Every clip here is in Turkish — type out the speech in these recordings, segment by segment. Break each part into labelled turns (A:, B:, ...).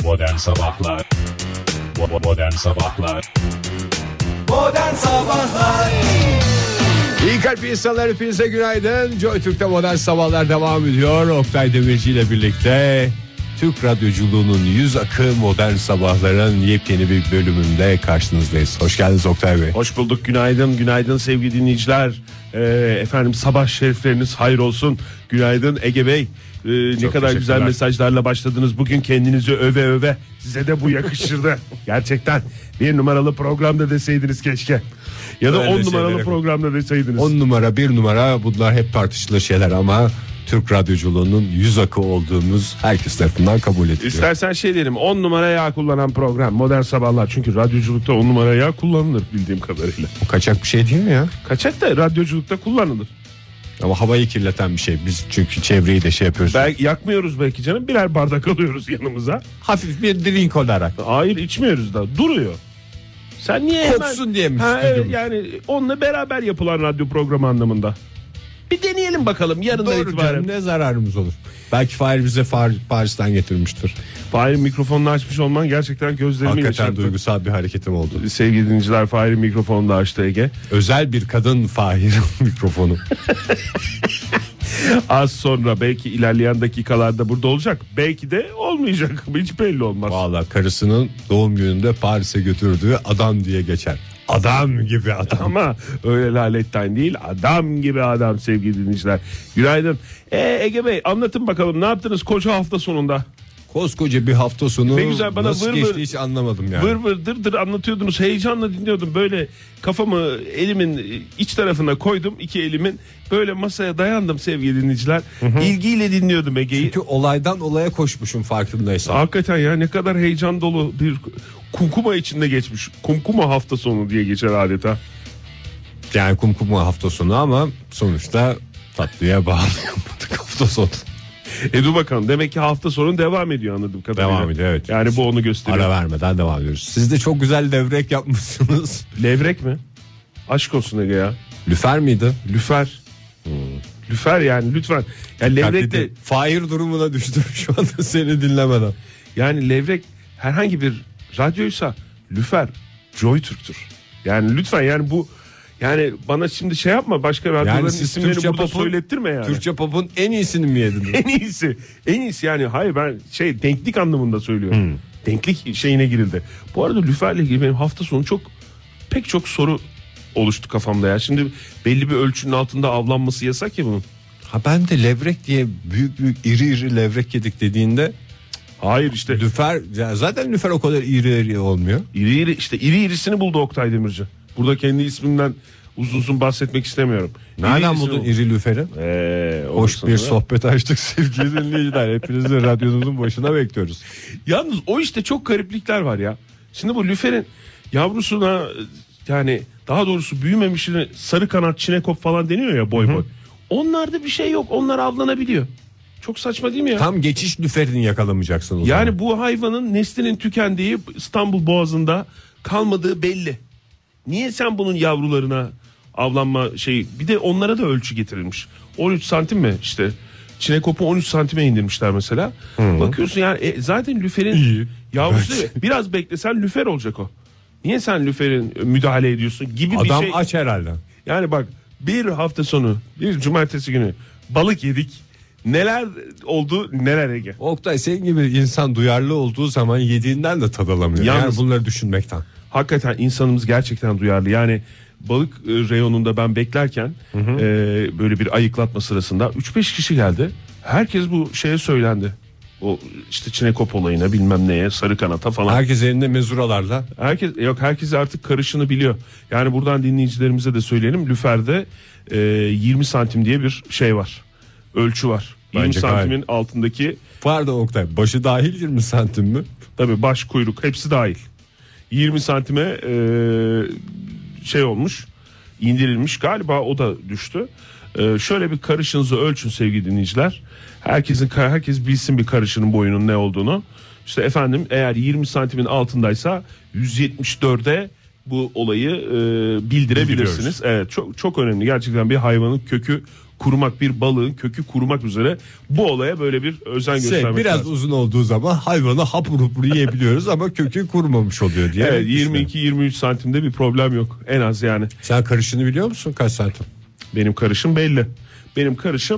A: Modern Sabahlar. Modern Sabahlar.
B: Modern Sabahlar.
C: İyi kalp insanlar, hepinize günaydın. Joy Türk'te Modern Sabahlar devam ediyor. Oktay Demirci ile birlikte Türk radyoculuğunun yüz akı Modern Sabahların yepyeni bir bölümünde karşınızdayız. Hoş geldiniz Oktay Bey.
D: Hoş bulduk, günaydın sevgili dinleyiciler. Efendim sabah şerifleriniz hayır olsun. Günaydın Ege Bey. Ne kadar güzel mesajlarla başladınız. Bugün kendinizi öve öve. Size de bu yakışırdı. Gerçekten bir numaralı programda deseydiniz keşke. Ya da 10 numaralı programda deseydiniz.
C: 10 numara 1 numara bunlar hep tartışılır şeyler ama Türk radyoculuğunun yüz akı olduğumuz herkes tarafından kabul ediliyor.
D: İstersen şey diyelim, 10 numara yağ kullanan program Modern Sabahlar. Çünkü radyoculukta 10 numara yağ kullanılır bildiğim kadarıyla.
C: Bu kaçak bir şey değil mi ya?
D: Kaçak da radyoculukta kullanılır.
C: Ama havayı kirleten bir şey. Biz çünkü çevreyi de şey yapıyoruz.
D: Yakmıyoruz belki canım. Birer bardak alıyoruz yanımıza.
C: Hafif bir drink olarak.
D: Hayır, içmiyoruz da duruyor. Sen niye
C: koksun
D: hemen...
C: diye mi?
D: Evet, yani onunla beraber yapılan radyo programı anlamında. Bir deneyelim bakalım yarından
C: Doğru
D: itibaren.
C: canım, ne zararımız olur. Belki Fahir bize Paris'ten getirmiştir.
D: Fahir'in mikrofonunu açmış olman gerçekten gözlerimi
C: Hakikaten
D: yaşarttı.
C: duygusal bir hareketim oldu.
D: Sevgili dinleyiciler, Fahir'in mikrofonunu da açtı Ege.
C: Özel bir kadın Fahir mikrofonu.
D: Az sonra belki ilerleyen dakikalarda burada olacak. Belki de olmayacak. Hiç belli olmaz.
C: Vallahi karısının doğum gününde Paris'e götürdüğü adam diye geçer. Adam gibi adam.
D: Ama öyle laletten değil, adam gibi adam sevgili dinleyiciler. Günaydın. Ege Bey, anlatın bakalım, ne yaptınız koca hafta sonunda?
C: Koskoca bir hafta sonu
D: ne güzel, bana
C: nasıl
D: vır
C: geçti
D: vır,
C: hiç anlamadım yani.
D: Vır vır dır dır anlatıyordunuz, heyecanla dinliyordum. Böyle kafamı elimin iç tarafına koydum, iki elimin böyle masaya dayandım sevgili dinleyiciler. İlgiyle dinliyordum Ege'yi.
C: Çünkü olaydan olaya koşmuşum farkındaysan.
D: Hakikaten ya, ne kadar heyecan dolu bir kumkuma içinde geçmiş. Kumkuma hafta sonu diye geçer adeta.
C: Yani kumkuma hafta sonu ama sonuçta tatlıya bağlayamadık hafta sonu.
D: Dur bakalım, demek ki hafta sonu devam ediyor anladığım kadarıyla.
C: Devam ediyor, evet.
D: Yani bu onu gösteriyor.
C: Ara vermeden devam ediyoruz. Siz de çok güzel levrek yapmışsınız.
D: Levrek mi? Aşk olsun Ege ya.
C: Lüfer miydi?
D: Lüfer. Lüfer yani, lütfen. Yani levrek de,
C: Fahir durumuna düştüm şu anda seni dinlemeden.
D: yani levrek herhangi bir radyoysa lüfer Joy Türk'tür. Yani lütfen, yani bu, yani bana şimdi şey yapma, başka radyoların
C: Yani siz
D: isimlerini
C: Türkçe
D: burada
C: pop'un,
D: söylettirme yani.
C: Türkçe pop'un en iyisini mi yediniz?
D: En iyisi yani, hayır ben denklik anlamında söylüyorum. Denklik şeyine girildi. Bu arada lüferle ilgili benim hafta sonu pek çok soru oluştu kafamda ya. Şimdi belli bir ölçünün altında avlanması yasak ya bunun.
C: Ha, ben de levrek diye büyük iri levrek yedik dediğinde
D: Hayır işte.
C: lüfer ya, zaten lüfer o kadar iri olmuyor.
D: İri irisini buldu Oktay Demirci. Burada kendi ismimden uzun bahsetmek istemiyorum.
C: Nereden buldun iri lüferi? Hoş bir sohbet açtık sevgili dinleyiciler. Hepinizi radyonuzun başına bekliyoruz.
D: Yalnız o işte çok gariplikler var ya. Şimdi bu lüferin yavrusuna, yani daha doğrusu büyümemişine sarı kanat çinekop falan deniyor ya, boy boy. Onlarda bir şey yok. Onlar avlanabiliyor. Çok saçma değil mi ya?
C: Tam geçiş lüferini yakalamayacaksın o zaman.
D: Yani bu hayvanın neslinin tükendiği, İstanbul Boğazı'nda kalmadığı belli. Niye sen bunun yavrularına avlanma şeyi, bir de onlara da ölçü getirilmiş. 13 santim mi işte, çinekopu 13 santime indirmişler mesela. Bakıyorsun yani zaten lüferin yavrusu biraz beklesen lüfer olacak o. Niye sen lüferin müdahale ediyorsun gibi bir şey.
C: Adam aç herhalde.
D: Yani bak, bir hafta sonu, bir cumartesi günü balık yedik. Neler oldu neler Ege.
C: Oktay, senin gibi insan duyarlı olduğu zaman yediğinden de tad alamıyor.
D: Yalnız,
C: yani bunları düşünmekten.
D: Hakikaten insanımız gerçekten duyarlı. Yani balık reyonunda ben beklerken böyle bir ayıklatma sırasında 3-5 kişi geldi. Herkes bu şeye söylendi. O işte çinekop olayına, bilmem neye, sarı kanata falan.
C: Herkes elinde mezuralarla.
D: Herkes artık karışını biliyor. Yani buradan dinleyicilerimize de söyleyelim. Lüfer'de 20 santim diye bir şey var. Ölçü var.
C: Bence
D: 20 santimin altındaki.
C: Pardon Oktay, başı dahil 20 santim mi?
D: Tabii, baş, kuyruk hepsi dahil. 20 santime şey olmuş, indirilmiş galiba, o da düştü. Şöyle bir karışınızı ölçün sevgili dinleyiciler. Herkes bilsin bir karışının boyunun ne olduğunu. İşte efendim, eğer 20 santimin altındaysa 174'e bu olayı bildirebilirsiniz. Evet, çok çok önemli. Gerçekten bir hayvanın kökü kurumak, bir balığın kökü kurumak üzere bu olaya böyle bir özen göstermek
C: biraz
D: lazım.
C: uzun olduğu zaman hayvanı hapur hapur yiyebiliyoruz ama kökü kurumamış oluyor diye.
D: Evet, 22-23 santimde bir problem yok en az yani.
C: Sen karışını biliyor musun kaç santim?
D: Benim karışım belli. Benim karışım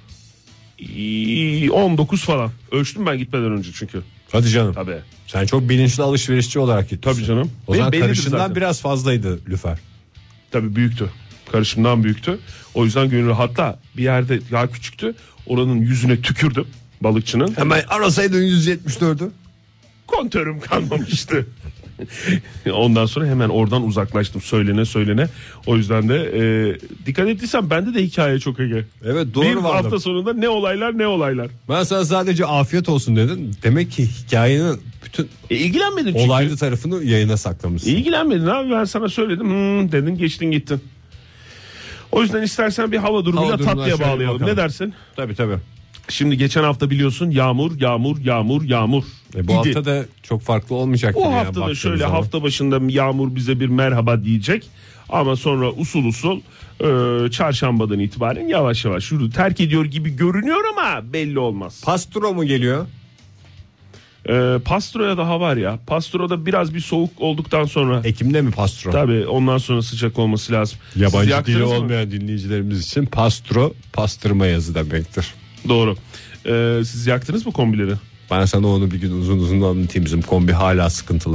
D: 19 falan. Ölçtüm ben gitmeden önce çünkü.
C: Hadi canım.
D: Tabii.
C: Sen çok bilinçli alışverişçi olarak gittin.
D: Tabii canım.
C: O zaman
D: Benim bellidir
C: karışından
D: zaten.
C: biraz fazlaydı lüfer.
D: Tabii büyüktü. Karışımdan büyüktü. O yüzden gönül, hatta bir yerde daha küçüktü. Oranın yüzüne tükürdüm balıkçının.
C: Hemen arasaydın 174'ü.
D: Kontörüm kalmamıştı. Ondan sonra hemen oradan uzaklaştım söylene. O yüzden de dikkat ettiysen bende de hikaye çok Ege.
C: Evet, doğru
D: bir
C: vallahi.
D: hafta sonunda ne olaylar.
C: Ben sana sadece afiyet olsun dedim. Demek ki hikayenin bütün
D: İlgilenmedin çünkü.
C: olaylı tarafını yayına saklamışsın.
D: İlgilenmedin abi, ben sana söyledim dedin, geçtin gittin. O yüzden istersen bir hava durumuyla
C: Hava durumuna
D: tatlıya
C: şöyle
D: bağlayalım.
C: bakalım.
D: Ne dersin?
C: Tabii.
D: Şimdi geçen hafta biliyorsun yağmur.
C: Bu
D: idi.
C: hafta da çok farklı olmayacak.
D: O hafta da şöyle hafta başında yağmur bize bir merhaba diyecek. Ama sonra usul çarşambadan itibaren yavaş yavaş şunu terk ediyor gibi görünüyor ama belli olmaz.
C: Pastro mu geliyor?
D: Pastro'ya daha var ya. Pastro'da biraz bir soğuk olduktan sonra.
C: Ekim'de mi pastro?
D: Tabii ondan sonra sıcak olması lazım. Siz
C: Yabancı
D: yaktınız
C: dili
D: mı?
C: olmayan dinleyicilerimiz için pastro pastırma yazı demektir.
D: Doğru. Siz yaktınız mı kombileri?
C: Ben sana onu bir gün uzun anlatayım. Bizim kombi hala sıkıntılı.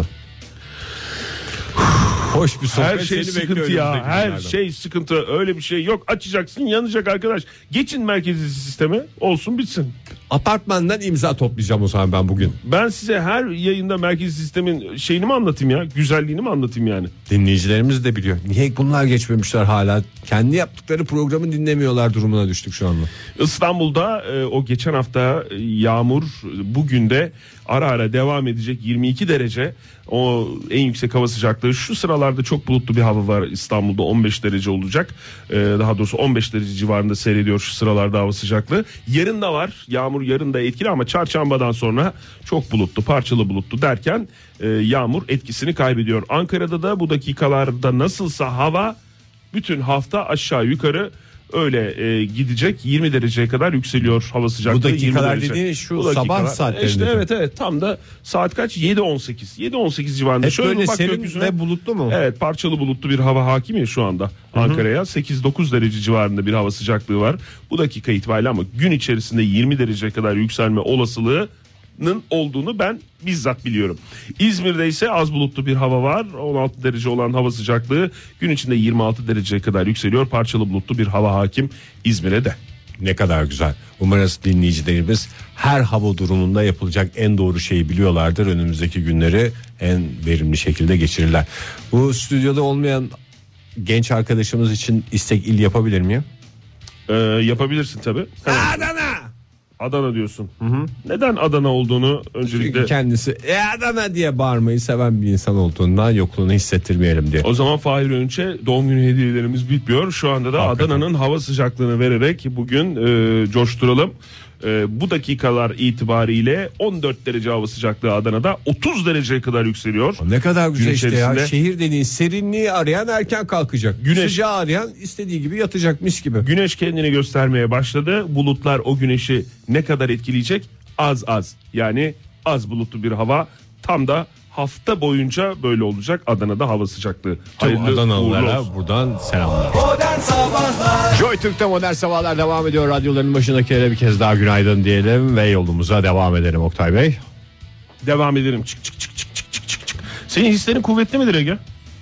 C: Hoş bir sohbet.
D: Her şey
C: seni
D: sıkıntı
C: bekliyor
D: ya.
C: önümüzdeki
D: Her
C: günlerde.
D: şey sıkıntı. Öyle bir şey yok. Açacaksın, yanacak arkadaş. Geçin merkezi sisteme, olsun bitsin.
C: Apartmandan imza toplayacağım o zaman ben bugün.
D: Ben size her yayında merkezi sistemin şeyini mi anlatayım ya? Güzelliğini mi anlatayım yani?
C: Dinleyicilerimiz de biliyor. Niye bunlar geçmemişler hala? Kendi yaptıkları programı dinlemiyorlar durumuna düştük şu anda.
D: İstanbul'da o geçen hafta yağmur, bugün de ara devam edecek 22 derece. O en yüksek hava sıcaklığı. Şu sıralarda çok bulutlu bir hava var İstanbul'da, 15 derece olacak. Daha doğrusu 15 derece civarında seyrediyor şu sıralarda hava sıcaklığı. Yarın da var. Yağmur yarın da etkili ama çarşambadan sonra çok bulutlu, parçalı bulutlu derken yağmur etkisini kaybediyor. Ankara'da da bu dakikalarda nasılsa hava bütün hafta aşağı yukarı öyle gidecek. 20 dereceye kadar yükseliyor hava sıcaklığı.
C: Bu dakikalar
D: 20 derece.
C: dediğin şu
D: Bu
C: sabah
D: dakikalar.
C: saatlerinde.
D: İşte evet tam da saat kaç? 7.18. 7.18 civarında.
C: Hep
D: Şöyle
C: böyle
D: bir bak
C: serin
D: gökyüzüne.
C: ve bulutlu mu?
D: Evet, parçalı bulutlu bir hava hakim ya şu anda Ankara'ya. 8-9 derece civarında bir hava sıcaklığı var. Bu dakika itibariyle ama gün içerisinde 20 dereceye kadar yükselme olasılığının olduğunu ben bizzat biliyorum. İzmir'de ise az bulutlu bir hava var. 16 derece olan hava sıcaklığı gün içinde 26 dereceye kadar yükseliyor. Parçalı bulutlu bir hava hakim İzmir'e de.
C: Ne kadar güzel. Umarız dinleyicilerimiz her hava durumunda yapılacak en doğru şeyi biliyorlardır. Önümüzdeki günleri en verimli şekilde geçirirler. Bu stüdyoda olmayan genç arkadaşımız için istek il yapabilir miyim?
D: Yapabilirsin tabii.
C: Adana!
D: Adana diyorsun. Neden Adana olduğunu öncelikle...
C: Çünkü kendisi Adana diye bağırmayı seven bir insan olduğundan yokluğunu hissettirmeyelim diye.
D: O zaman Fahir Önç'e doğum günü hediyelerimiz bitmiyor. Şu anda da
C: Hakikaten.
D: Adana'nın hava sıcaklığını vererek bugün coşturalım. Bu dakikalar itibariyle 14 derece hava sıcaklığı Adana'da, 30 dereceye kadar yükseliyor.
C: Ne kadar güzel
D: Gün
C: işte ya.
D: içerisinde-
C: Şehir dediğin serinliği arayan erken kalkacak.
D: Güneş-
C: Sıcağı arayan istediği gibi yatacak mis gibi.
D: Güneş kendini göstermeye başladı. Bulutlar o güneşi ne kadar etkileyecek? Az. Yani az bulutlu bir hava. Tam da hafta boyunca böyle olacak Adana'da hava sıcaklığı.
C: Tüm
D: Hayırlı uğurlu
C: Adanalılara
D: olsun.
C: buradan selamlar.
B: Modern Sabahlar
C: Joy Türk'te modern sabahlar devam ediyor. Radyoların başındakilere bir kez daha günaydın diyelim ve yolumuza devam edelim Oktay Bey.
D: Devam edelim. Çık. Senin hislerin kuvvetli midir Ege?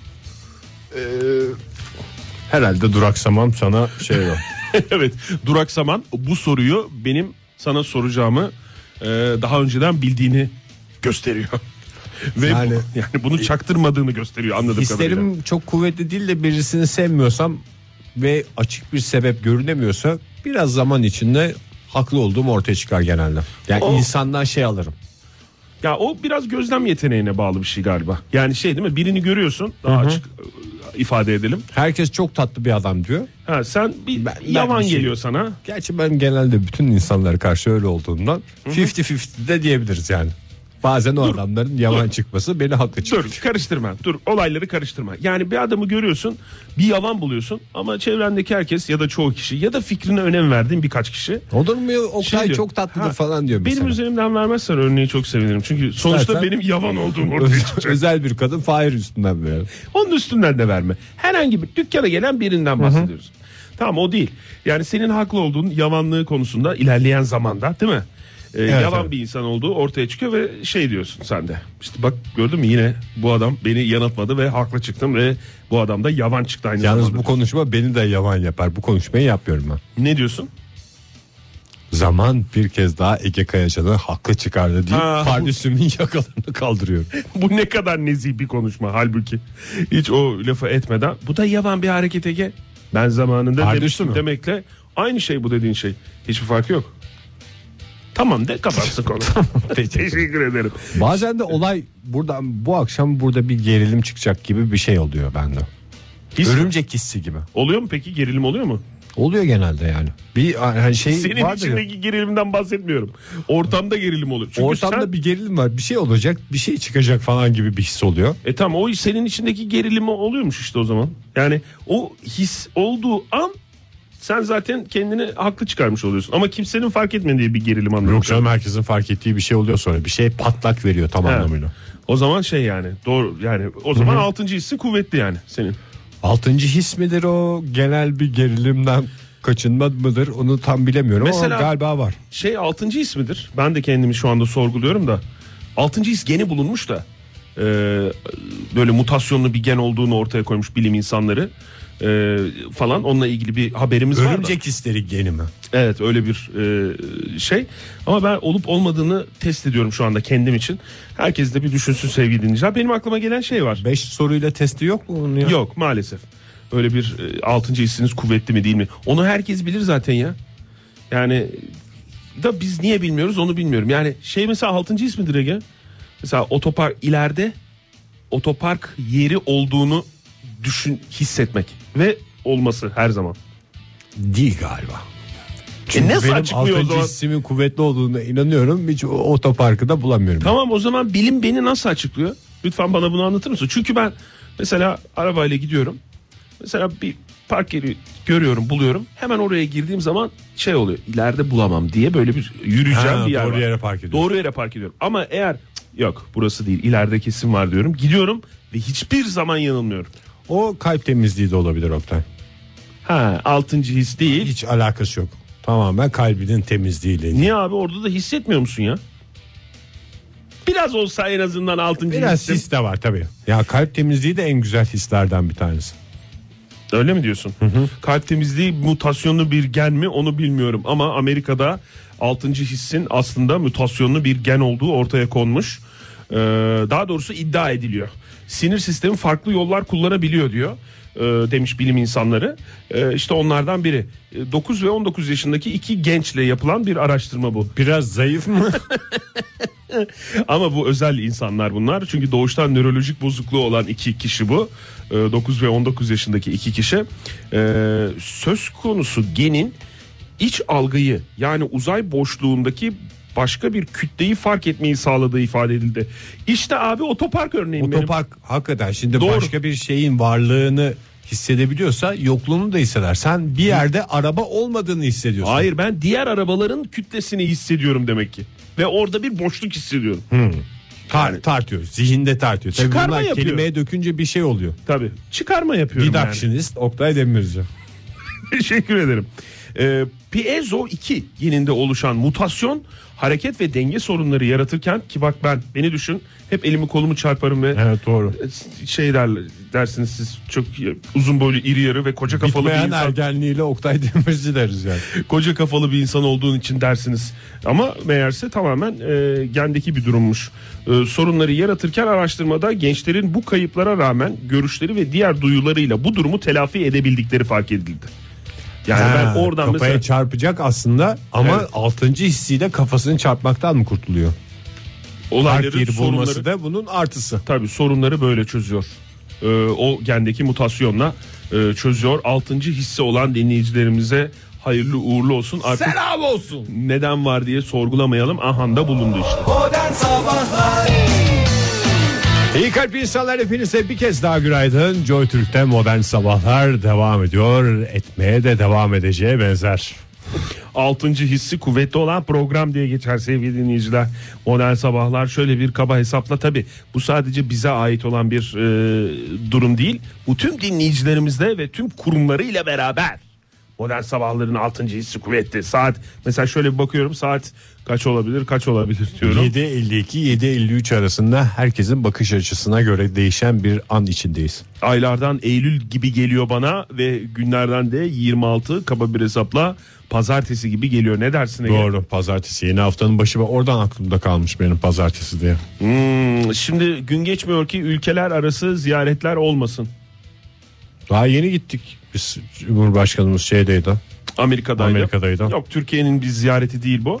C: Herhalde duraksamam sana şey yok.
D: Evet, duraksaman bu soruyu benim sana soracağımı daha önceden bildiğini gösteriyor. Ve
C: Yani-
D: yani bunu çaktırmadığını gösteriyor anladığım kadarıyla.
C: Hislerim çok kuvvetli değil de birisini sevmiyorsam ve açık bir sebep görünemiyorsa biraz zaman içinde haklı olduğum ortaya çıkar genelde. Yani
D: O-
C: insandan şey alırım.
D: Ya o biraz gözlem yeteneğine bağlı bir şey galiba. Yani şey değil mi? Birini görüyorsun, daha açık ifade edelim.
C: Herkes çok tatlı bir adam diyor.
D: Ha, sen bir
C: Ben
D: yavan
C: bir şey-
D: geliyor sana.
C: Gerçi ben genelde bütün insanlara karşı öyle olduğundan 50-50 de diyebiliriz yani. Bazen o adamların yavan çıkması beni haklı çıkıyor.
D: Dur karıştırma. Dur olayları karıştırma. Yani bir adamı görüyorsun, bir yavan buluyorsun ama çevrendeki herkes ya da çoğu kişi ya da fikrine önem verdiğin birkaç kişi.
C: Olur mu ya, Oktay
D: diyor,
C: çok tatlıdır falan diyor mesela.
D: Benim üzerimden vermezsen örneği çok sevinirim. Çünkü sonuçta
C: İstersen-
D: benim yavan olduğum ortaya çıkacak.
C: Özel bir kadın Fahir üstünden böyle.
D: Onun üstünden de verme. Herhangi bir dükkana gelen birinden bahsediyoruz. Tamam o değil. Yani senin haklı olduğun yavanlığı konusunda ilerleyen zamanda değil mi? Yavan
C: evet.
D: bir insan olduğu ortaya çıkıyor ve şey diyorsun sen de. İşte bak gördün mü yine bu adam beni yanıltmadı ve haklı çıktım ve bu adam da yavan çıktı aynı
C: Yalnız
D: zamanda.
C: bu konuşma beni de yavan yapar. Bu konuşmayı yapıyorum ben.
D: Ne diyorsun?
C: Zaman bir kez daha Ege Kayacan'ı haklı çıkardı diye
D: Ha.
C: pardüsümün yakalarını kaldırıyorum.
D: Bu ne kadar nezih bir konuşma halbuki. Hiç o lafı etmeden. Bu da yavan bir hareket Ege. Ben zamanında
C: Pardüsü
D: demiştim
C: mü?
D: demekle aynı şey bu dediğin şey. Hiçbir farkı yok. Tamam de kapatsın konu. Teşekkür ederim.
C: Bazen de olay buradan bu akşam burada bir gerilim çıkacak gibi bir şey oluyor bende. Örümcek hissi gibi.
D: Oluyor mu peki gerilim oluyor mu?
C: Oluyor genelde yani. Bir hani şey
D: Senin
C: vardır ya,
D: içindeki gerilimden bahsetmiyorum. Ortamda gerilim oluyor. Çünkü
C: ortamda
D: sen,
C: bir gerilim var. Bir şey olacak, bir şey çıkacak falan gibi bir his oluyor.
D: tamam o senin içindeki gerilimi oluyormuş işte o zaman. Yani o his olduğu an sen zaten kendini haklı çıkarmış oluyorsun. Ama kimsenin fark etmediği bir gerilim anlamında.
C: Yok canım, herkesin fark ettiği bir şey oluyor sonra. Bir şey patlak veriyor tam anlamıyla.
D: O zaman şey yani doğru yani o zaman 6. hissi kuvvetli yani senin.
C: 6. his midir o, genel bir gerilimden kaçınma mıdır onu tam bilemiyorum
D: Mesela-
C: ama galiba var.
D: Şey 6. his midir? Ben de kendimi şu anda sorguluyorum da. 6. his geni bulunmuş da böyle mutasyonlu bir gen olduğunu ortaya koymuş bilim insanları falan, onunla ilgili bir haberimiz var da.
C: Örümcek hisleri geni mi?
D: Evet öyle bir şey ama ben olup olmadığını test ediyorum şu anda kendim için. Herkes de bir düşünsün sevgili dinleyiciler. Benim aklıma gelen şey var.
C: 5 soruyla testi yok mu onun ya?
D: Yok maalesef. Öyle bir 6. hissiniz kuvvetli mi değil mi? Onu herkes bilir zaten ya. Yani da biz niye bilmiyoruz onu bilmiyorum. Yani şey mesela 6. his midir Ege? Mesela otopark ileride otopark yeri olduğunu hissetmek ve olması her zaman.
C: Değil galiba. Çünkü
D: nasıl
C: benim
D: açıklıyor o
C: 6.
D: zaman?
C: hissimin kuvvetli olduğuna inanıyorum. Hiç otoparkı da bulamıyorum.
D: Tamam o zaman bilim beni nasıl açıklıyor? Lütfen bana bunu anlatır mısın? Çünkü ben mesela arabayla gidiyorum. Mesela bir park yeri görüyorum, buluyorum. Hemen oraya girdiğim zaman şey oluyor. İleride bulamam diye böyle bir yürüyeceğim bir yer
C: doğru
D: var.
C: yere park ediyorsun.
D: Doğru yere park ediyorum. Ama eğer yok burası değil, ileride kesin var diyorum. Gidiyorum ve hiçbir zaman yanılmıyorum.
C: O kalp temizliği de olabilir Oktay.
D: 6. his değil.
C: Hiç alakası yok. Tamamen kalbinin temizliğiyle.
D: Niye abi orada da hissetmiyor musun ya? Biraz olsa en azından 6.
C: Biraz
D: hissim.
C: his de var tabii. Ya kalp temizliği de en güzel hislerden bir tanesi.
D: Öyle mi diyorsun? Kalp temizliği mutasyonlu bir gen mi onu bilmiyorum ama Amerika'da 6. hissin aslında mutasyonlu bir gen olduğu ortaya konmuş. Daha doğrusu iddia ediliyor. Sinir sistemi farklı yollar kullanabiliyor diyor. Demiş bilim insanları. İşte onlardan biri. 9 ve 19 yaşındaki iki gençle yapılan bir araştırma bu.
C: Biraz zayıf mı?
D: Ama bu özel insanlar bunlar. Çünkü doğuştan nörolojik bozukluğu olan iki kişi bu. 9 ve 19 yaşındaki iki kişi. Söz konusu genin iç algıyı yani uzay boşluğundaki başka bir kütleyi fark etmeyi sağladığı ifade edildi. İşte abi otopark örneğim benim.
C: Otopark hakikaten şimdi
D: Doğru.
C: başka bir şeyin varlığını hissedebiliyorsa yokluğunu da hisseder. Sen bir yerde araba olmadığını hissediyorsun.
D: Hayır ben diğer arabaların kütlesini hissediyorum demek ki. Ve orada bir boşluk hissediyorum.
C: Tartıyor. Zihinde tartıyor. Tabii
D: Çıkarma
C: bunlar
D: yapıyor.
C: kelimeye dökünce bir şey oluyor.
D: Tabii çıkarma yapıyorum yani.
C: Deductionist Oktay Demirci.
D: Teşekkür ederim. Piezo 2 geninde oluşan mutasyon hareket ve denge sorunları yaratırken ki bak beni düşün hep elimi kolumu çarparım ve
C: Evet doğru.
D: şey dersiniz siz çok uzun boylu iri yarı ve koca kafalı bir
C: Bitmeyen
D: insan.
C: ergenliğiyle Oktay Demirci deriz yani.
D: Koca kafalı bir insan olduğun için dersiniz. Ama meğerse tamamen gendeki bir durummuş. Sorunları yaratırken araştırmada gençlerin bu kayıplara rağmen görüşleri ve diğer duyularıyla bu durumu telafi edebildikleri fark edildi. Yani ben oradan
C: kafaya
D: mesela
C: çarpacak aslında ama
D: Evet.
C: 6. hissiyle kafasını çarpmaktan mı kurtuluyor? Park yeri
D: sorunları
C: bulması da bunun artısı.
D: tabii sorunları böyle çözüyor. O gendeki mutasyonla çözüyor. 6. hissi olan dinleyicilerimize hayırlı uğurlu olsun. Artık
C: Selam olsun.
D: neden var diye sorgulamayalım. Ahanda bulundu işte.
B: Modern Sabahlar
C: kalp insanlar, hepinize bir kez daha günaydın. Joy Türk'te modern sabahlar devam ediyor. Etmeye de devam edeceğe benzer.
D: 6. hissi kuvvetli olan program diye geçer sevgili dinleyiciler. Modern sabahlar şöyle bir kaba hesapla, tabi bu sadece bize ait olan bir durum değil. Bu tüm dinleyicilerimizle ve tüm kurumlarıyla beraber. Modern sabahların 6. hissi kuvvetli. Saat mesela şöyle bir bakıyorum, saat kaç olabilir diyorum.
C: 7.52 7.53 arasında herkesin bakış açısına göre değişen bir an içindeyiz.
D: Aylardan Eylül gibi geliyor bana ve günlerden de 26 kaba bir hesapla pazartesi gibi geliyor. Ne dersin Ege?
C: Doğru, pazartesi yeni haftanın başı ve oradan aklımda kalmış benim pazartesi diye.
D: Şimdi gün geçmiyor ki ülkeler arası ziyaretler olmasın.
C: Daha yeni gittik biz, Cumhurbaşkanımız şeydeydi.
D: Amerika'daydı. Yok, Türkiye'nin bir ziyareti değil bu.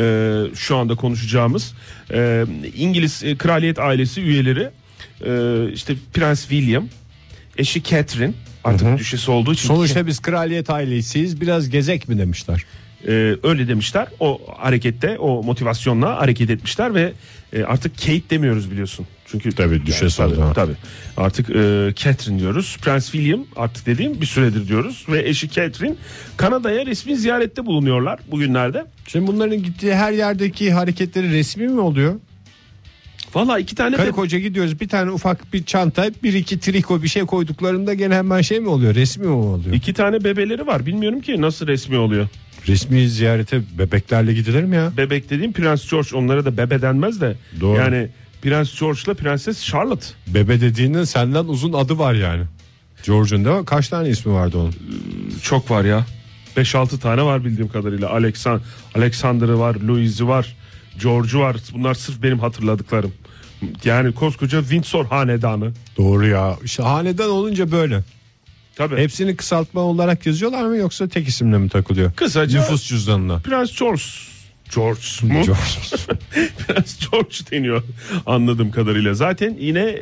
D: Şu anda konuşacağımız İngiliz kraliyet ailesi üyeleri, işte Prens William, eşi Catherine, artık düşesi olduğu için.
C: Sonuçta biz kraliyet ailesiyiz, biraz gezek mi demişler.
D: Öyle demişler. O harekette, o motivasyonla hareket etmişler ve artık Kate demiyoruz biliyorsun. Çünkü
C: tabii düşesi oldu.
D: Tabii. Artık Catherine diyoruz. Prens William artık dediğim bir süredir diyoruz ve eşi Catherine Kanada'ya resmi ziyarette bulunuyorlar bugünlerde.
C: Şimdi bunların gittiği her yerdeki hareketleri resmi mi oluyor?
D: Valla 2 tane
C: karı koca gidiyoruz, bir tane ufak bir çanta, 1-2 triko bir şey koyduklarında gene hemen şey mi oluyor, resmi mi oluyor?
D: 2 tane bebeleri var, bilmiyorum ki nasıl resmi oluyor.
C: Resmi ziyarete bebeklerle gidilir mi ya?
D: Bebek dediğim Prens George, onlara da bebe denmez de.
C: Doğru.
D: Yani Prens George'la Prenses Charlotte.
C: Bebe dediğinin senden uzun adı var yani. George'un da kaç tane ismi vardı onun?
D: Çok var ya. 5-6 tane var bildiğim kadarıyla. Alexander'ı var, Louis'i var, George'u var. Bunlar sırf benim hatırladıklarım. Yani koskoca Windsor hanedanı.
C: Doğru ya. İşte hanedan olunca böyle.
D: Tabii.
C: Hepsini kısaltma olarak yazıyorlar mı yoksa tek isimle mi takılıyor?
D: Kısaca
C: nüfus cüzdanına.
D: Prens George mu? Prens George deniyor anladığım kadarıyla. Zaten yine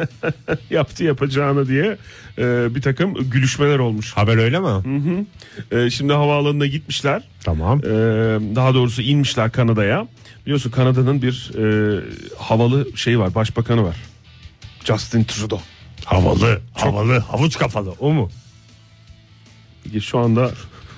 D: yapacağını diye bir takım gülüşmeler olmuş.
C: Haber öyle mi?
D: Şimdi havaalanına gitmişler.
C: Tamam.
D: Daha doğrusu inmişler Kanada'ya. Biliyorsun Kanada'nın bir havalı şeyi var, başbakanı var. Justin Trudeau.
C: Havalı, havuç kafalı, o mu?
D: Şu anda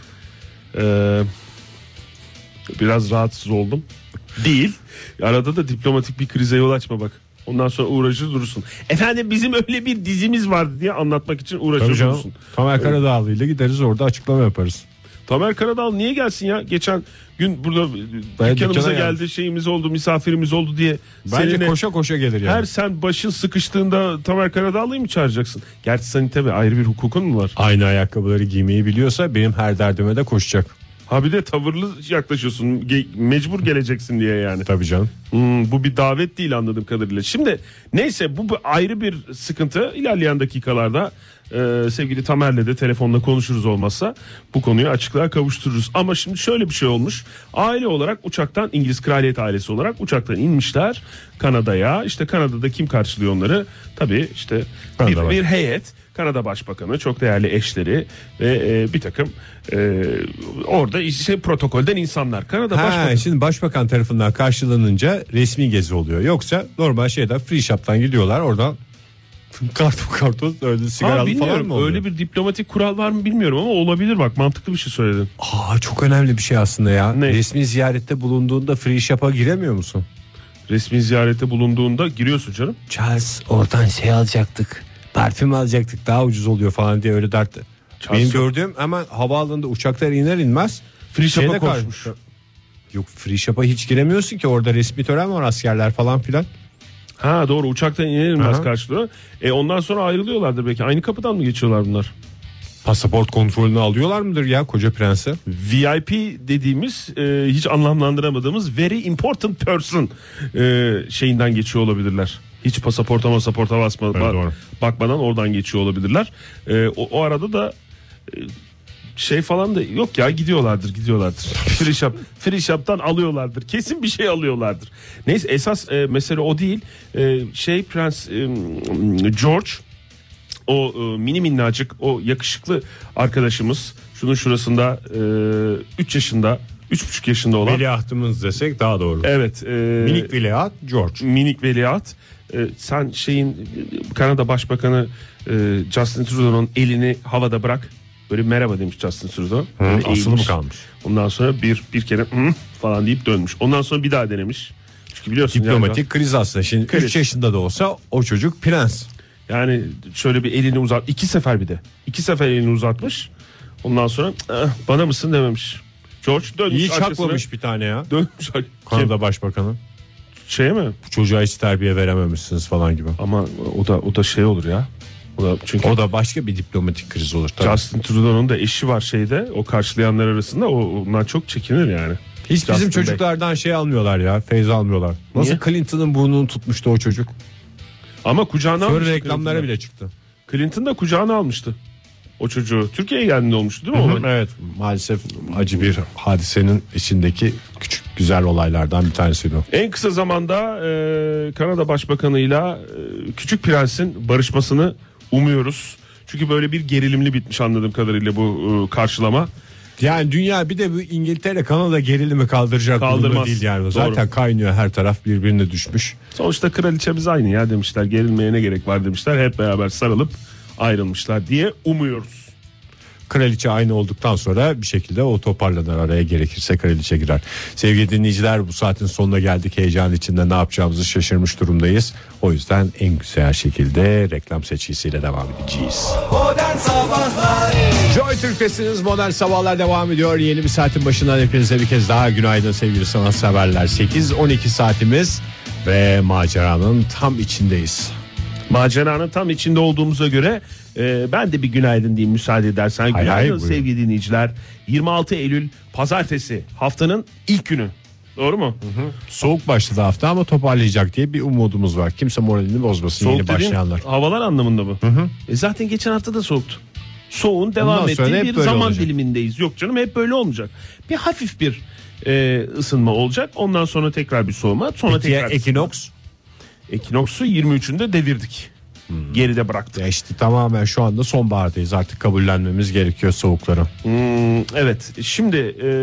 D: biraz rahatsız oldum. Değil. Arada da diplomatik bir krize yol açma bak. Ondan sonra uğraşır durursun. Efendim bizim öyle bir dizimiz vardı diye anlatmak için uğraşır durursun.
C: Tamer Karadağlı ile gideriz, orada açıklama yaparız.
D: Tamer Karadağlı niye gelsin ya? Geçen gün burada dükkanımıza geldi, şeyimiz oldu, misafirimiz oldu diye.
C: Bence koşa koşa gelir yani.
D: Her sen başın sıkıştığında Tamer Karadağlı'yı mı çağıracaksın? Gerçi senin tabii ayrı bir hukukun mu var?
C: Aynı ayakkabıları giymeyi biliyorsa benim her derdime de koşacak.
D: Ha bir de tavırlı yaklaşıyorsun, mecbur geleceksin diye yani.
C: Tabii canım.
D: Bu bir davet değil anladığım kadarıyla. Şimdi neyse, bu ayrı bir sıkıntı. İlerleyen dakikalarda sevgili Tamer'le de telefonla konuşuruz, olmazsa bu konuyu açıklığa kavuştururuz. Ama şimdi şöyle bir şey olmuş. Aile olarak uçaktan, İngiliz kraliyet ailesi olarak uçaktan inmişler Kanada'ya. İşte Kanada'da kim karşılıyor onları? Tabii işte bir heyet. Kanada Başbakanı, çok değerli eşleri ve bir takım orada işte protokolden insanlar. Kanada Başbakanı.
C: Şimdi Başbakan tarafından karşılanınca resmi gezi oluyor. Yoksa normal şeyden, free shop'tan gidiyorlar, oradan karton öyle sigaralı falan mı oluyor?
D: Öyle bir diplomatik kural var mı bilmiyorum ama olabilir, bak mantıklı bir şey söyledin.
C: Çok önemli bir şey aslında ya.
D: Ne?
C: Resmi ziyarette bulunduğunda free shop'a giremiyor musun?
D: Resmi ziyarete bulunduğunda giriyorsun canım.
C: Charles, oradan şey alacaktık, parfüm alacaktık, daha ucuz oluyor falan diye öyle dertti. Benim gördüğüm hemen havaalanında uçaklar iner inmez
D: free shop'a koşmuş.
C: Yok, free shop'a hiç giremiyorsun ki, orada resmi tören var, askerler falan filan.
D: Ha doğru, uçaktan iner inmez karşılıyor. Ondan sonra ayrılıyorlardır belki. Aynı kapıdan mı geçiyorlar bunlar?
C: Pasaport kontrolünü alıyorlar mıdır ya koca prense?
D: VIP dediğimiz hiç anlamlandıramadığımız very important person şeyinden geçiyor olabilirler. Hiç pasaporta bakmadan oradan geçiyor olabilirler. O arada da şey falan da yok ya, gidiyorlardır. Free shop'tan alıyorlardır. Kesin bir şey alıyorlardır. Neyse, esas mesele o değil. Prens George, o mini minnacık, o yakışıklı arkadaşımız, şunun şurasında 3 yaşında 3,5 yaşında olan.
C: Veliahtımız desek daha doğru.
D: Evet.
C: Minik veliaht George.
D: Minik veliaht. Sen Kanada Başbakanı Justin Trudeau'nun elini havada bırak. Böyle merhaba demiş Justin Trudeau.
C: Asılı mı kalmış?
D: Ondan sonra bir kere falan deyip dönmüş. Ondan sonra bir daha denemiş. Çünkü biliyorsun
C: diplomatik kriz aslında. Şimdi 3 yaşında da olsa o çocuk prens.
D: Yani şöyle bir elini uzat. 2 sefer bir de. 2 sefer elini uzatmış. Ondan sonra bana mısın dememiş. George dönmüş
C: İyi
D: arkasına.
C: çaklamış bir tane ya.
D: Dönmüş.
C: Kanada Başbakanı.
D: Şey mi?
C: Bu çocuğa hiç terbiye verememişsiniz falan gibi.
D: Ama o da şey olur ya.
C: O da başka bir diplomatik kriz olur tabii.
D: Justin Trudeau'nun da eşi var şeyde. O karşılayanlar arasında ondan çok çekinir yani.
C: Hiç Justin bizim çocuklardan şey almıyorlar ya. Feyz almıyorlar. Nasıl niye? Clinton'ın burnunu tutmuştu o çocuk.
D: Ama kucağına almıştı.
C: Sonra reklamlara bile çıktı.
D: Clinton da kucağına almıştı o çocuğu. Türkiye'ye geldiğinde olmuştu değil mi?
C: Evet, maalesef acı bir hadisenin içindeki küçük güzel olaylardan bir tanesiydi o.
D: En kısa zamanda Kanada Başbakanı'yla Küçük Prens'in barışmasını umuyoruz. Çünkü böyle bir gerilimli bitmiş anladığım kadarıyla bu karşılama.
C: Yani dünya bir de bu İngiltere Kanada gerilimi kaldıracak durumda değil yani. Doğru. Zaten kaynıyor, her taraf birbirine düşmüş.
D: Sonuçta kraliçemiz aynı ya demişler. Gerilmeye ne gerek var demişler. Hep beraber sarılıp ayrılmışlar diye umuyoruz.
C: Kraliçe aynı olduktan sonra bir şekilde o toparlanır, araya gerekirse kraliçe girer. Sevgili dinleyiciler, bu saatin sonuna geldik. Heyecan içinde ne yapacağımızı şaşırmış durumdayız. O yüzden en güzel şekilde reklam seçkisiyle devam edeceğiz.
B: Modern Sabahlar.
C: Joy Türk'tesiniz. Modern Sabahlar devam ediyor. Yeni bir saatin başından hepinize bir kez daha günaydın sevgili sanatseverler. 8-12 saatimiz ve maceranın tam içindeyiz.
D: Maceranın tam içinde olduğumuza göre ben de bir günaydın diyeyim müsaade edersen. Günaydın sevgili dinleyiciler. 26 Eylül Pazartesi, haftanın ilk günü. Doğru mu?
C: Soğuk başladı hafta ama toparlayacak diye bir umudumuz var. Kimse moralini bozmasın. Soğuk yeni başlayanlar.
D: Havalar anlamında mı? Zaten geçen hafta da soğuktu. Soğuğun devam ettiği bir zaman olacak. Dilimindeyiz. Yok canım, hep böyle olmayacak. Bir hafif bir ısınma olacak. Ondan sonra tekrar bir soğuma. Sonra tekrar
C: Ekinoks.
D: Ekinoks'u 23'ünde devirdik. Geride bıraktık.
C: İşte tamamen şu anda sonbahardayız. Artık kabullenmemiz gerekiyor soğukları.
D: Evet. Şimdi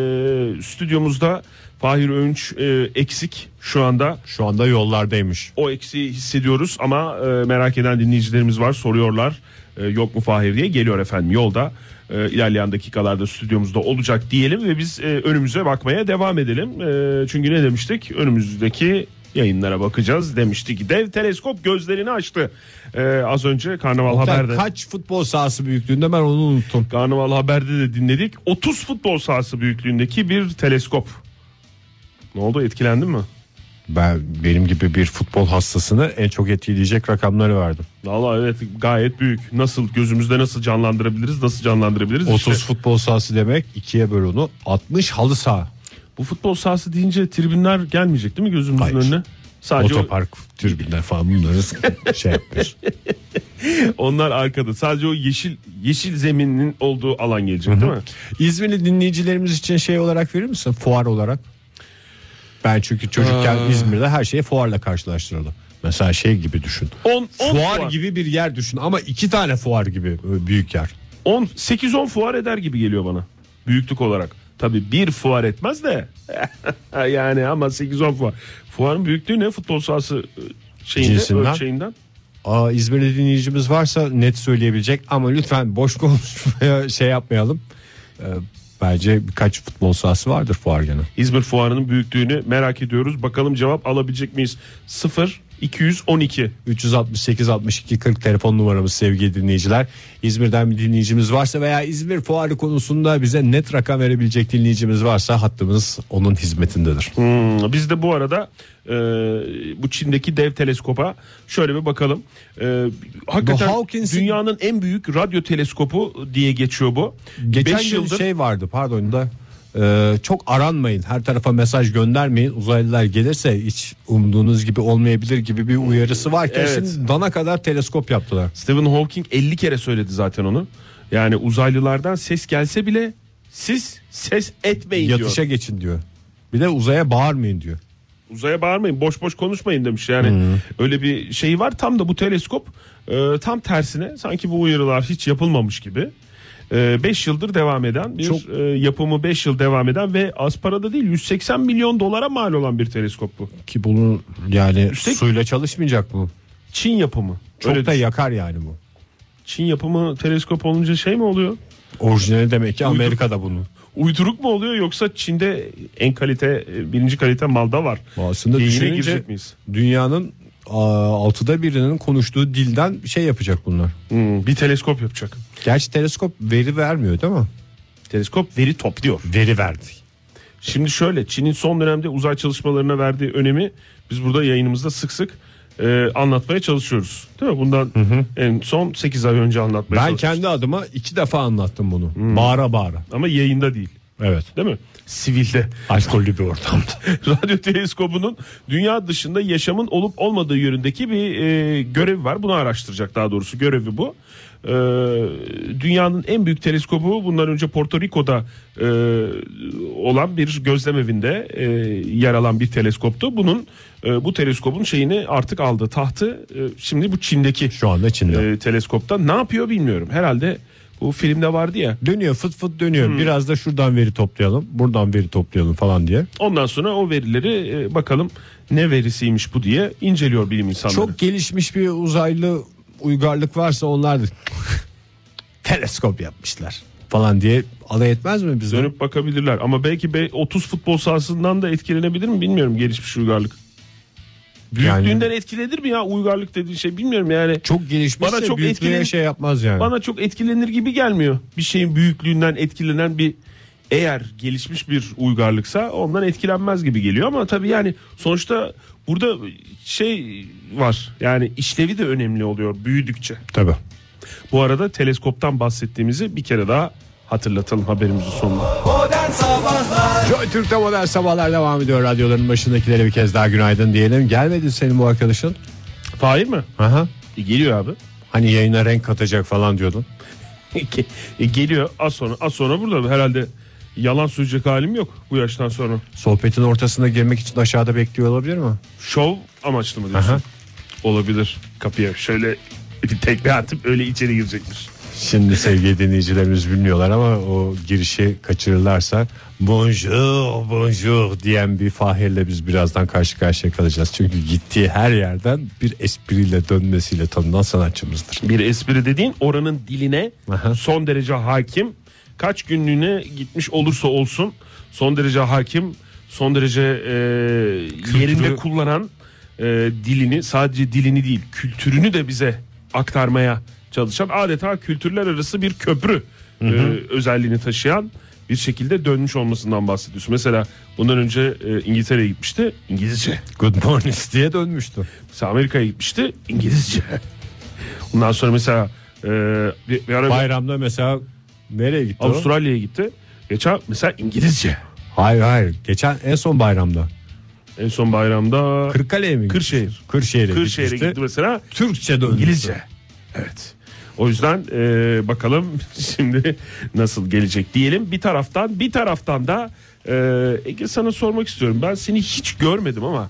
D: stüdyomuzda Fahir Öğünç eksik şu anda.
C: Şu anda yollardaymış.
D: O eksiği hissediyoruz ama merak eden dinleyicilerimiz var. Soruyorlar yok mu Fahir diye. Geliyor efendim, yolda. İlerleyen dakikalarda stüdyomuzda olacak diyelim ve biz önümüze bakmaya devam edelim. Çünkü ne demiştik? Önümüzdeki yayınlara bakacağız demiştik. Dev teleskop gözlerini açtı. Az önce Karnaval Haber'de.
C: Kaç futbol sahası büyüklüğünde, ben onu unuttum.
D: Karnaval Haber'de de dinledik. 30 futbol sahası büyüklüğündeki bir teleskop. Ne oldu, etkilendin mi?
C: Benim gibi bir futbol hastasını en çok etkileyecek rakamları verdim.
D: Vallahi evet, gayet büyük. Nasıl gözümüzde nasıl canlandırabiliriz?
C: 30 işte. Futbol sahası demek, ikiye böl onu, 60 halı saha.
D: Bu futbol sahası deyince tribünler gelmeyecek değil mi gözümüzün önüne? Sadece
C: otopark tribünler falan, bunları şey yapıyoruz.
D: Onlar arkada. Sadece o yeşil zeminin olduğu alan gelecek değil mi?
C: İzmirli dinleyicilerimiz için şey olarak verir misin? Fuar olarak. Ben çünkü çocukken İzmir'de her şeyi fuarla karşılaştırıldı. Mesela şey gibi düşün. Fuar gibi bir yer düşün ama 2 tane fuar gibi büyük yer.
D: 8-10 fuar eder gibi geliyor bana büyüklük olarak. Tabii bir fuar etmez de yani ama 8-10 fuar. Fuarın büyüklüğü ne futbol sahası ölçeğinden?
C: İzmir'de dinleyicimiz varsa net söyleyebilecek ama lütfen boş konuşmaya şey yapmayalım. Bence birkaç futbol sahası vardır fuar gene.
D: İzmir fuarının büyüklüğünü merak ediyoruz. Bakalım cevap alabilecek miyiz? 0212
C: 368 62 40 telefon numaramız sevgili dinleyiciler. İzmir'den bir dinleyicimiz varsa veya İzmir fuarı konusunda bize net rakam verebilecek dinleyicimiz varsa hattımız onun hizmetindedir.
D: Biz de bu arada bu Çin'deki dev teleskopa şöyle bir bakalım. Hakikaten dünyanın en büyük radyo teleskopu diye geçiyor bu.
C: Geçen yıldır şey vardı da. Çok aranmayın, her tarafa mesaj göndermeyin, uzaylılar gelirse hiç umduğunuz gibi olmayabilir gibi bir uyarısı varken evet. Şimdi dana kadar teleskop yaptılar.
D: Stephen Hawking 50 kere söyledi zaten onu. Yani uzaylılardan ses gelse bile siz ses etmeyin diyor.
C: Yatışa geçin diyor. Bir de uzaya bağırmayın diyor.
D: Uzaya bağırmayın, boş boş konuşmayın demiş yani. Öyle bir şey var. Tam da bu teleskop tam tersine, sanki bu uyarılar hiç yapılmamış gibi. 5 yıldır devam eden bir yapımı 5 yıl devam eden ve az parada değil 180 milyon dolara mal olan bir teleskop bu.
C: Ki bunu yani
D: Üstelik-
C: suyla çalışmayacak bu.
D: Çin yapımı.
C: Çok
D: Öyle
C: da
D: düşün.
C: yakar yani bu.
D: Çin yapımı teleskop olunca şey mi oluyor?
C: Orijinali demek ki Amerika'da bunun.
D: Uyduruk mu oluyor yoksa Çin'de en kalite birinci kalite malda var?
C: Aslında
D: Geyiğine
C: düşününce
D: girecek miyiz?
C: dünyanın 6'da birinin konuştuğu dilden şey yapacak bunlar.
D: Bir teleskop yapacak.
C: Gerçi teleskop veri vermiyor değil mi?
D: Teleskop veri topluyor.
C: Veri verdi.
D: Şimdi şöyle, Çin'in son dönemde uzay çalışmalarına verdiği önemi biz burada yayınımızda sık sık anlatmaya çalışıyoruz. Değil mi? Bundan en son 8 ay önce anlatmaya
C: Ben
D: çalışmıştık.
C: kendi adıma 2 defa anlattım bunu. Bağıra bağıra.
D: Ama yayında değil.
C: Evet.
D: Değil mi? Sivilde.
C: Alkollü bir ortamda.
D: Radyo teleskobunun dünya dışında yaşamın olup olmadığı yönündeki bir görevi var. Bunu araştıracak, daha doğrusu görevi bu. Dünyanın en büyük teleskobu bundan önce Porto Rico'da olan bir gözlem evinde yer alan bir teleskoptu. Bu teleskobun şeyini artık aldı, tahtı şimdi bu Çin'deki
C: Şu anda Çin'de.
D: teleskopta. Ne yapıyor bilmiyorum. Herhalde bu filmde vardı ya.
C: Dönüyor, fıt fıt dönüyor. Biraz da şuradan veri toplayalım, buradan veri toplayalım falan diye.
D: Ondan sonra o verileri bakalım ne verisiymiş bu diye inceliyor bilim insanları.
C: Çok gelişmiş bir uzaylı uygarlık varsa onlar da teleskop yapmışlar falan diye alay etmez mi bize?
D: Dönüp bakabilirler ama belki 30 futbol sahasından da etkilenebilir mi bilmiyorum gelişmiş uygarlık. Büyüklüğünden etkilenir mi ya uygarlık dediğin şey, bilmiyorum yani.
C: Çok gelişmişse
D: Bana çok
C: büyüklüğe şey yapmaz yani.
D: Bana çok etkilenir gibi gelmiyor. Bir şeyin büyüklüğünden etkilenen eğer gelişmiş bir uygarlıksa ondan etkilenmez gibi geliyor ama tabii yani sonuçta burada şey var, yani işlevi de önemli oluyor büyüdükçe.
C: Tabii.
D: Bu arada teleskoptan bahsettiğimizi bir kere daha hatırlatalım haberimizin sonunda.
B: Modern Sabahlar
C: Joy Türk'te modern sabahlar devam ediyor. Radyoların başındakilere bir kez daha günaydın diyelim. Gelmedi senin bu arkadaşın?
D: Fahir mi?
C: Aha.
D: Geliyor abi.
C: Hani yayına renk katacak falan diyordun.
D: Geliyor az sonra burada herhalde, yalan söyleyecek halim yok bu yaştan sonra.
C: Sohbetin ortasına girmek için aşağıda bekliyor olabilir mi?
D: Şov amaçlı mı diyorsun?
C: Aha.
D: Olabilir. Kapıya şöyle bir tekme atıp öyle içeri girecektir.
C: Şimdi sevgili dinleyicilerimiz bilmiyorlar ama o girişi kaçırırlarsa bonjour bonjour diyen bir Fahir'le biz birazdan karşı karşıya kalacağız. Çünkü gittiği her yerden bir espriyle dönmesiyle tanınan sanatçımızdır.
D: Bir espri dediğin oranın diline
C: Aha.
D: son derece hakim, kaç günlüğüne gitmiş olursa olsun son derece hakim, son derece yerinde kullanan, dilini, sadece dilini değil kültürünü de bize aktarmaya çalışan, adeta kültürler arası bir köprü özelliğini taşıyan bir şekilde dönmüş olmasından bahsediyorsun. Mesela bundan önce İngiltere'ye gitmişti, İngilizce.
C: Good morning diye dönmüştü.
D: Mesela Amerika'ya gitmişti, İngilizce. Ondan sonra mesela bir ara
C: Bayramda mesela nereye gitti
D: Avustralya'ya gitti. Geçen mesela İngilizce.
C: Hayır. Geçen en son bayramda.
D: En son bayramda
C: Kırıkkale'ye mi?
D: Kırşehir.
C: Kırşehir'e
D: gitti mesela.
C: Türkçe dönmüştü.
D: İngilizce. Evet. O yüzden bakalım şimdi nasıl gelecek diyelim. Bir taraftan da Ege, sana sormak istiyorum. Ben seni hiç görmedim ama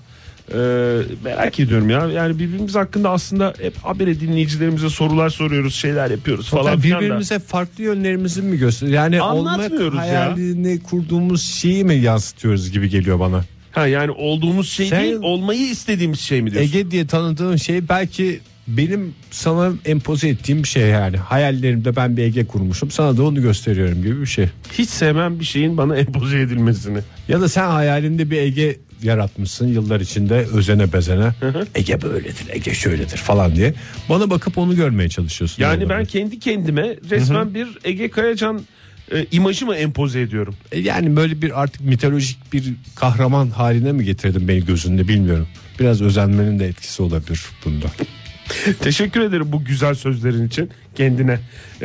D: merak ediyorum ya. Yani birbirimiz hakkında aslında hep habere dinleyicilerimize sorular soruyoruz, şeyler yapıyoruz falan filan da.
C: Birbirimize farklı yönlerimizi mi gösteriyoruz? Yani olmak
D: Anlatmıyoruz ya.
C: hayalini kurduğumuz şeyi mi yansıtıyoruz gibi geliyor bana.
D: Ha, yani olduğumuz şey
C: Sen-
D: değil, olmayı istediğimiz şey mi diyorsun?
C: Ege diye tanıdığın şey belki benim sana empoze ettiğim bir şey yani. Hayallerimde ben bir Ege kurmuşum, sana da onu gösteriyorum gibi bir şey.
D: Hiç sevmem bir şeyin bana empoze edilmesini.
C: Ya da sen hayalinde bir Ege yaratmışsın yıllar içinde özene bezene. Ege böyledir, Ege şöyledir falan diye. Bana bakıp onu görmeye çalışıyorsun.
D: Yani
C: orada.
D: ben kendi kendime resmen bir Ege Kayacan imajı mı empoze ediyorum?
C: Yani böyle bir artık mitolojik bir kahraman haline mi getirdin beni gözünde bilmiyorum. Biraz özenmenin de etkisi olabilir bunda.
D: Teşekkür ederim bu güzel sözlerin için kendine.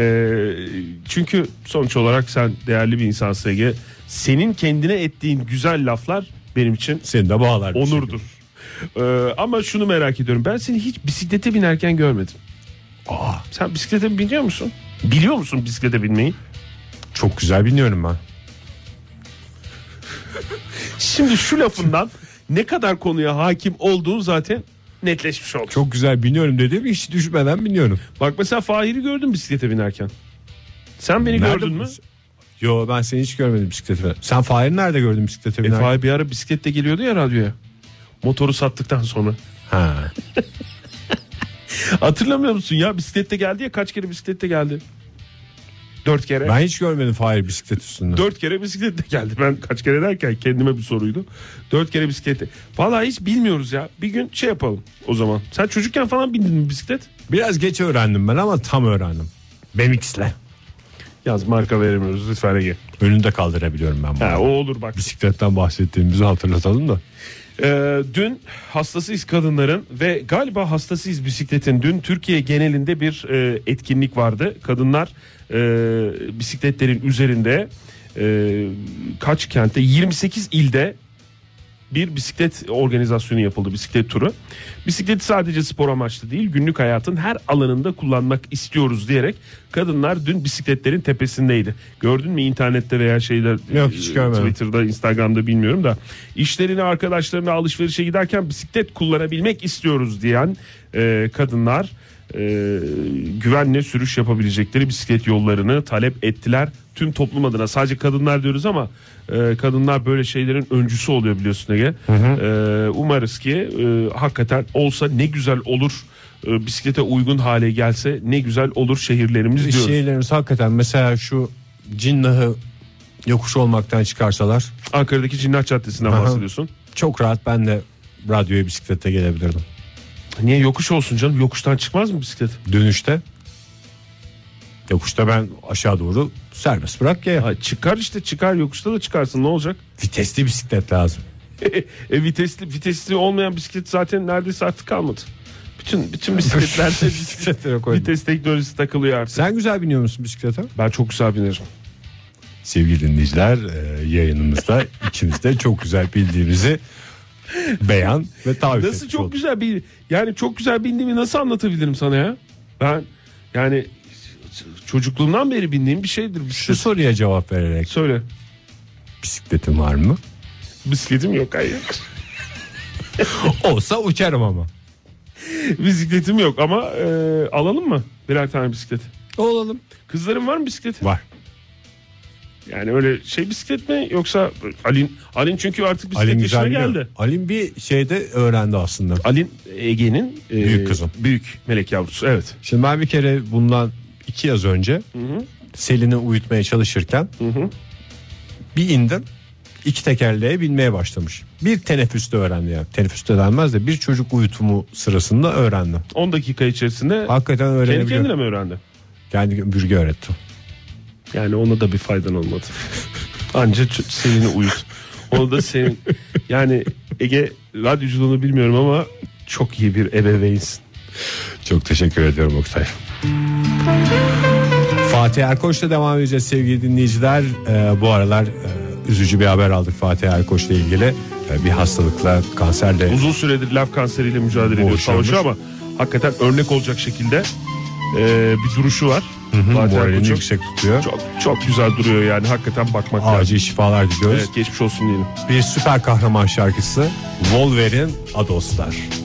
D: Çünkü sonuç olarak sen değerli bir insansın Ege. Senin kendine ettiğin güzel laflar benim için
C: Seni de bağlar. bir
D: onurdur. Ama şunu merak ediyorum. Ben seni hiç bisiklete binerken görmedim. Sen bisiklete biniyor musun? Biliyor musun bisiklete binmeyi?
C: Çok güzel biniyorum ben.
D: Şimdi şu lafından ne kadar konuya hakim olduğun zaten netleşmiş oldu.
C: Çok güzel biniyorum dediğim hiç düşmeden biniyorum.
D: Bak mesela Fahir'i gördüm bisiklete binerken. Sen beni
C: Nerede
D: gördün mü?
C: Yo, ben seni hiç görmedim bisiklete. Sen Fahir'i nerede gördün bisiklete binerken?
D: Fahir bir ara bisikletle geliyordu ya radyoya. Motoru sattıktan sonra.
C: Ha.
D: Hatırlamıyor musun ya? Bisiklette geldi ya, kaç kere bisiklette geldi? 4 kere.
C: Ben hiç görmedim Fahir bisiklet üstünde.
D: 4 kere bisikletle geldi. Ben kaç kere derken kendime bir soruydu. 4 kere bisiklette. Vallahi hiç bilmiyoruz ya. Bir gün şey yapalım o zaman. Sen çocukken falan bindin mi bisiklet?
C: Biraz geç öğrendim ben ama tam öğrendim. BMX'le.
D: Yaz, marka veremiyoruz lütfen Ege.
C: Önünde kaldırabiliyorum ben bunu.
D: Ha, o olur bak.
C: Bisikletten bahsettiğimizi hatırlatalım da.
D: Dün hastasıyız kadınların ve galiba hastasıyız bisikletin. Dün Türkiye genelinde bir etkinlik vardı. Kadınlar bisikletlerin üzerinde kaç kentte, 28 ilde bir bisiklet organizasyonu yapıldı, bisiklet turu. Bisikleti sadece spor amaçlı değil, günlük hayatın her alanında kullanmak istiyoruz diyerek kadınlar dün bisikletlerin tepesindeydi. Gördün mü internette veya şeyler?
C: Yok, hiç görmedim.
D: Twitter'da, Instagram'da bilmiyorum da. İşlerine, arkadaşlarına alışverişe giderken bisiklet kullanabilmek istiyoruz diyen kadınlar güvenle sürüş yapabilecekleri bisiklet yollarını talep ettiler. Tüm toplum adına, sadece kadınlar diyoruz ama kadınlar böyle şeylerin öncüsü oluyor biliyorsun Ege. Umarız ki hakikaten olsa ne güzel olur, bisiklete uygun hale gelse ne güzel olur şehirlerimiz diyoruz.
C: Şehirlerimiz hakikaten, mesela şu Cinnah'ı yokuş olmaktan çıkarsalar,
D: Ankara'daki Cinnah Caddesi'nden bahsediyorsun.
C: çok rahat ben de radyoya bisiklete gelebilirdim.
D: Niye yokuş olsun canım? Yokuştan çıkmaz mı bisiklet?
C: Dönüşte, yokuşta ben aşağı doğru serbest bırak ya.
D: Ha, çıkar işte, çıkar, yokuşta da çıkarsın, ne olacak?
C: Vitesli bisiklet lazım.
D: Vitesli olmayan bisiklet zaten neredeyse artık kalmadı. Bütün bisikletlerde
C: Bisikletlere koydum.
D: vites teknolojisi takılıyor artık.
C: Sen güzel biniyor musun bisiklete?
D: Ben çok güzel binerim.
C: Sevgili dinleyiciler, yayınımızda ikimiz de çok güzel bildiğimizi beyan ve tarif
D: Nasıl
C: etmiş
D: çok
C: olduk.
D: güzel yani çok güzel bindiğimi nasıl anlatabilirim sana ya? Ben yani çocukluğumdan beri bindiğim bir şeydir
C: Şu
D: bisiklet.
C: soruya cevap vererek,
D: Söyle.
C: bisikletin var mı?
D: Bisikletim yok, hayır.
C: Olsa uçarım ama.
D: Bisikletim yok ama alalım mı birer tane bisiklet?
C: Olalım.
D: Kızların var mı bisikleti?
C: Var.
D: Yani öyle şey bisiklet mi, yoksa Alin çünkü artık bisiklet
C: Alin
D: yaşına
C: güzel
D: geldi.
C: biliyor. Alin bir şeyde öğrendi aslında.
D: Alin Ege'nin
C: Büyük kızım.
D: Büyük melek yavrusu, evet.
C: Şimdi ben bir kere bundan 2 yaz önce Selin'i uyutmaya çalışırken bir indim. 2 tekerleğe binmeye başlamış. Bir teneffüste öğrendi ya. Teneffüste denmez de bir çocuk uyutumu sırasında öğrendi.
D: 10 dakika içerisinde
C: Hakikaten
D: kendi
C: öğrenebiliyor.
D: kendine mi öğrendi?
C: Kendi bürge öğretti.
D: Yani ona da bir faydan olmadı. Anca Selin'i uyut. Onu da senin, yani Ege, radyoculuğunu bilmiyorum ama çok iyi bir ebeveynsin.
C: Çok teşekkür ediyorum Oktay. Fatih Erkoç'la devam edeceğiz sevgili dinleyiciler. Bu aralar üzücü bir haber aldık Fatih Erkoç'la ilgili. Bir hastalıkla, kanserle.
D: Uzun süredir laf kanseriyle mücadele ediyor,
C: Boğuşuyormuş.
D: savaşıyor ama hakikaten örnek olacak şekilde bir duruşu var. Fatih
C: Moralini
D: Erkoç'un.
C: yüksek tutuyor.
D: Çok güzel duruyor yani, hakikaten bakmak lazım.
C: Acil şifalar diliyoruz.
D: Evet, geçmiş olsun diyelim.
C: Bir süper kahraman şarkısı Wolverine Adoslar.